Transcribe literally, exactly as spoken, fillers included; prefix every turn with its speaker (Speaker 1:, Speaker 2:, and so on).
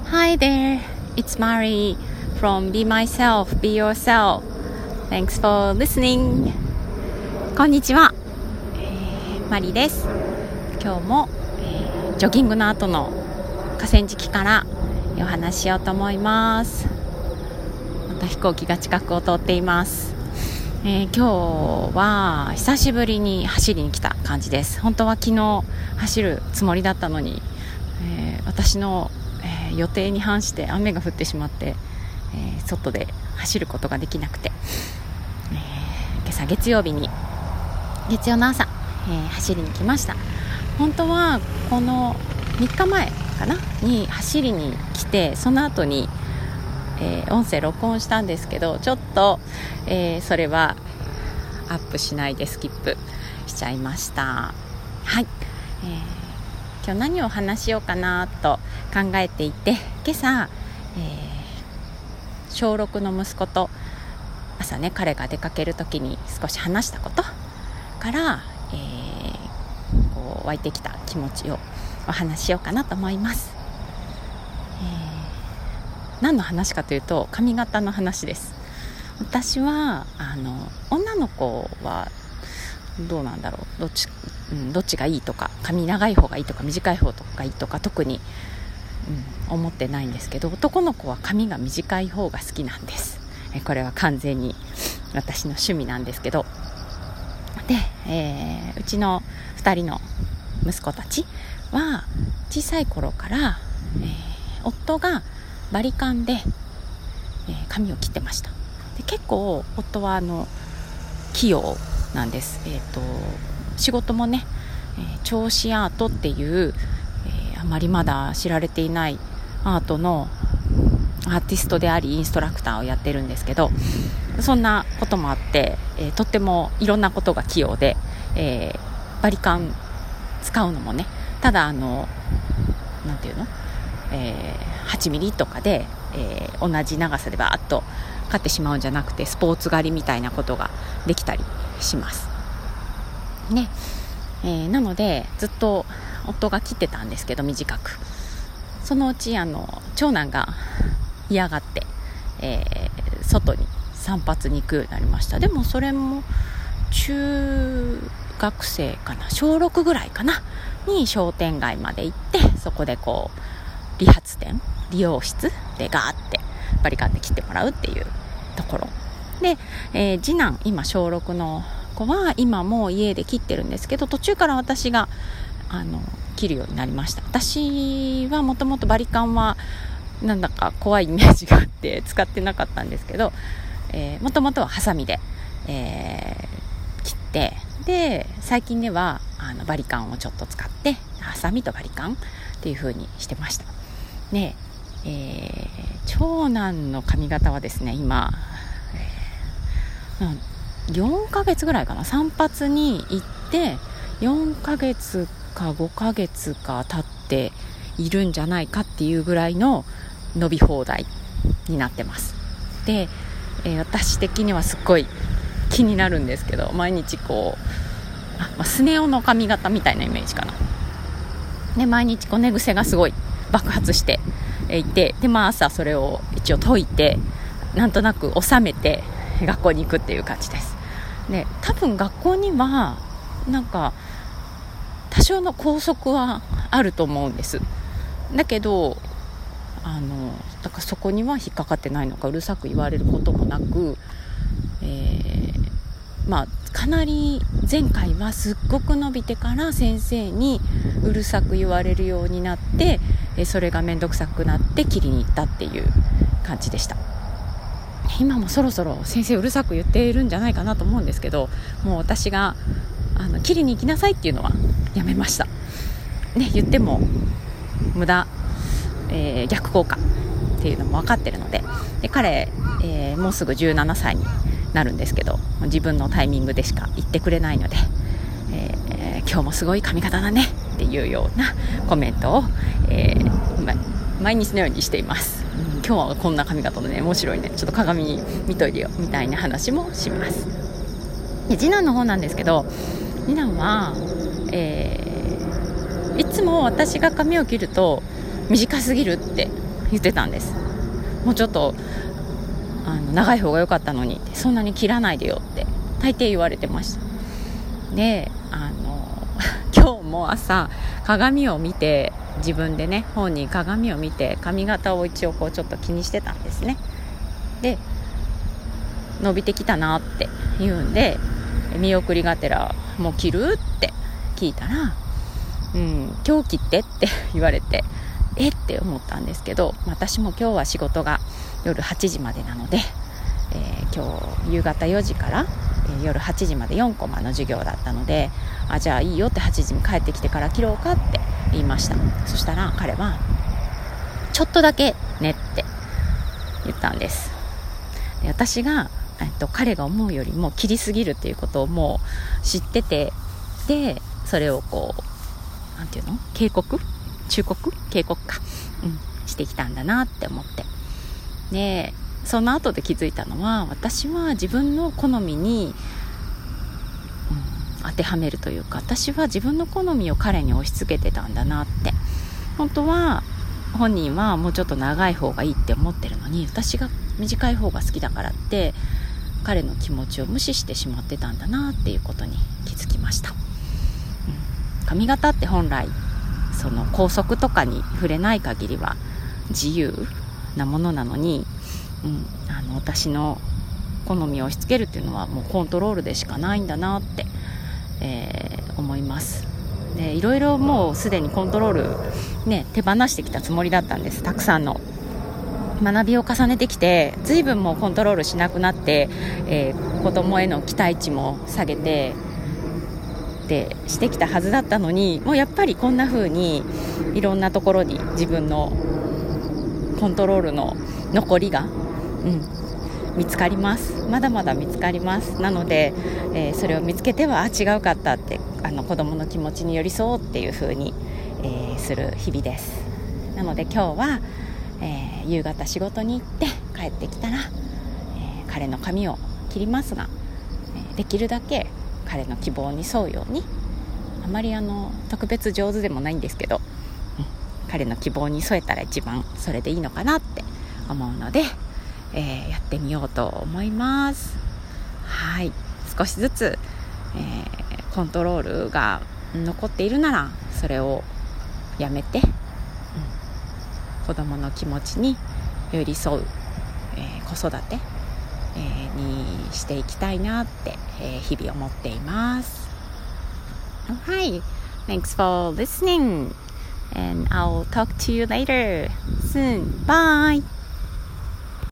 Speaker 1: Hi there, it's Mari from Be Myself, Be Yourself. Thanks for listening. こんにちは、えー、マリです。今日も、えー、ジョギングの後の河川敷からお話ししようと思います。また飛行機が近くを通っています。えー、今日は久しぶりに走りに来た感じです。本当は昨日走るつもりだったのに、えー、私のえー、予定に反して雨が降ってしまって、えー、外で走ることができなくて、えー、今朝月曜日に月曜の朝、えー、走りに来ました。本当はこのみっかまえかなに走りに来て、その後に、えー、音声録音したんですけど、ちょっと、えー、それはアップしないでスキップしちゃいました。はい、えー今日何を話しようかなと考えていて、今朝、えー、小ろくの息子と朝ね、彼が出かける時に少し話したことから、えー、こう湧いてきた気持ちをお話ししようかなと思います。えー、何の話かというと、髪型の話です。私はあの女の子はどうなんだろう、どっち、うん、どっちがいいとか、髪長い方がいいとか短い方がいいとか特に、うん、思ってないんですけど、男の子は髪が短い方が好きなんです。えこれは完全に私の趣味なんですけど、で、えー、うちのふたりの息子たちは小さい頃から、えー、夫がバリカンで、えー、髪を切ってました。で結構夫はあの器用なんです。えーと、仕事もね、えー、調子アートっていう、えー、あまりまだ知られていないアートのアーティストでありインストラクターをやってるんですけど、そんなこともあって、えー、とってもいろんなことが器用で、えー、バリカン使うのもね、ただあのなんていうの、えー、はちミリとかで、えー、同じ長さでバーッと刈ってしまうんじゃなくて、スポーツ狩りみたいなことができたりしますね。えー、なのでずっと夫が切ってたんですけど、短く。そのうちあの長男が嫌がって、えー、外に散髪に行くようになりました。でもそれも中学生かな、小ろくぐらいかなに商店街まで行って、そこでこう理髪店、理容室でガーってバリカンで切ってもらうっていうところで、えー、次男今小ろくの子は今もう家で切ってるんですけど、途中から私があの切るようになりました。私はもともとバリカンはなんだか怖いイメージがあって使ってなかったんですけど、もともとはハサミで、えー、切って、で最近ではあのバリカンをちょっと使ってハサミとバリカンっていう風にしてました。で、えー、長男の髪型はですね、今、えー、よんかげつぐらいかな、散髪に行ってよんかげつかごかげつか経っているんじゃないかっていうぐらいの伸び放題になってます。で、えー、私的にはすっごい気になるんですけど、毎日こうあ、まあ、スネ夫の髪型みたいなイメージかな。で毎日こう寝癖がすごい爆発していて、で、まあ、朝それを一応解いてなんとなく収めて学校に行くっていう感じです。で多分学校にはなんか多少の拘束はあると思うんです。だけどあのだからそこには引っかかってないのか、うるさく言われることもなく、えー、まあかなり前回はすっごく伸びてから先生にうるさく言われるようになって、それがめんどくさくなって切りに行ったっていう感じでした。今もそろそろ先生うるさく言っているんじゃないかなと思うんですけど、もう私があの切りに行きなさいっていうのはやめました、ね、言っても無駄、えー、逆効果っていうのも分かってるので、で彼、えー、もうすぐじゅうななさいになるんですけど、自分のタイミングでしか言ってくれないので、えー、今日もすごい髪型だねっていうようなコメントを、えーま、毎日のようにしています。今日はこんな髪型でね、面白いね、ちょっと鏡見といてよみたいな話もします。で次男の方なんですけど、次男は、えー、いつも私が髪を切ると短すぎるって言ってたんです。もうちょっとあの長い方が良かったのに、そんなに切らないでよって大抵言われてました。で、あの今日も朝鏡を見て、自分でね本人鏡を見て髪型を一応こうちょっと気にしてたんですね。で、伸びてきたなって言うんで、見送りがてらもう切るって聞いたら、うん、今日切ってって言われて、えって思ったんですけど、私も今日は仕事が夜はちじまでなので、えー、今日夕方よじから、えー、夜はちじまでよんコマの授業だったので、あ、じゃあいいよってはちじに帰ってきてから切ろうかって言いました。そしたら彼はちょっとだけねって言ったんです。で、私が、えっと、彼が思うよりも切りすぎるっていうことをもう知ってて、でそれをこうなんていうの警告忠告警告か、うん、してきたんだなって思って、でその後で気づいたのは、私は自分の好みに、うん、当てはめるというか、私は自分の好みを彼に押し付けてたんだなって。本当は本人はもうちょっと長い方がいいって思ってるのに、私が短い方が好きだからって彼の気持ちを無視してしまってたんだなっていうことに気づきました。うん、髪型って本来その校則とかに触れない限りは自由なものなのに、うん、あの私の好みを押し付けるっていうのはもうコントロールでしかないんだなって、えー、思います。で、いろいろもうすでにコントロール、ね、手放してきたつもりだったんです。たくさんの学びを重ねてきて、随分もうコントロールしなくなって、えー、子供への期待値も下げてってしてきたはずだったのに、もうやっぱりこんな風にいろんなところに自分のコントロールの残りが、うん、見つかります。まだまだ見つかります。なので、えー、それを見つけては、あ、違うかったって、あの子供の気持ちに寄り添おうっていう風に、えー、する日々です。なので今日は、えー、夕方仕事に行って帰ってきたら、えー、彼の髪を切りますが、えー、できるだけ彼の希望に沿うように、あまりあの特別上手でもないんですけど、うん、彼の希望に沿えたら一番それでいいのかなって思うので、えー、やってみようと思います。はい、少しずつ、えー、コントロールが残っているならそれをやめて、うん、子供の気持ちに寄り添う、えー、子育て、えー、にしていきたいなって、えー、日々思っています。Alright, thanks for listening and I'll talk to you later soon. Bye!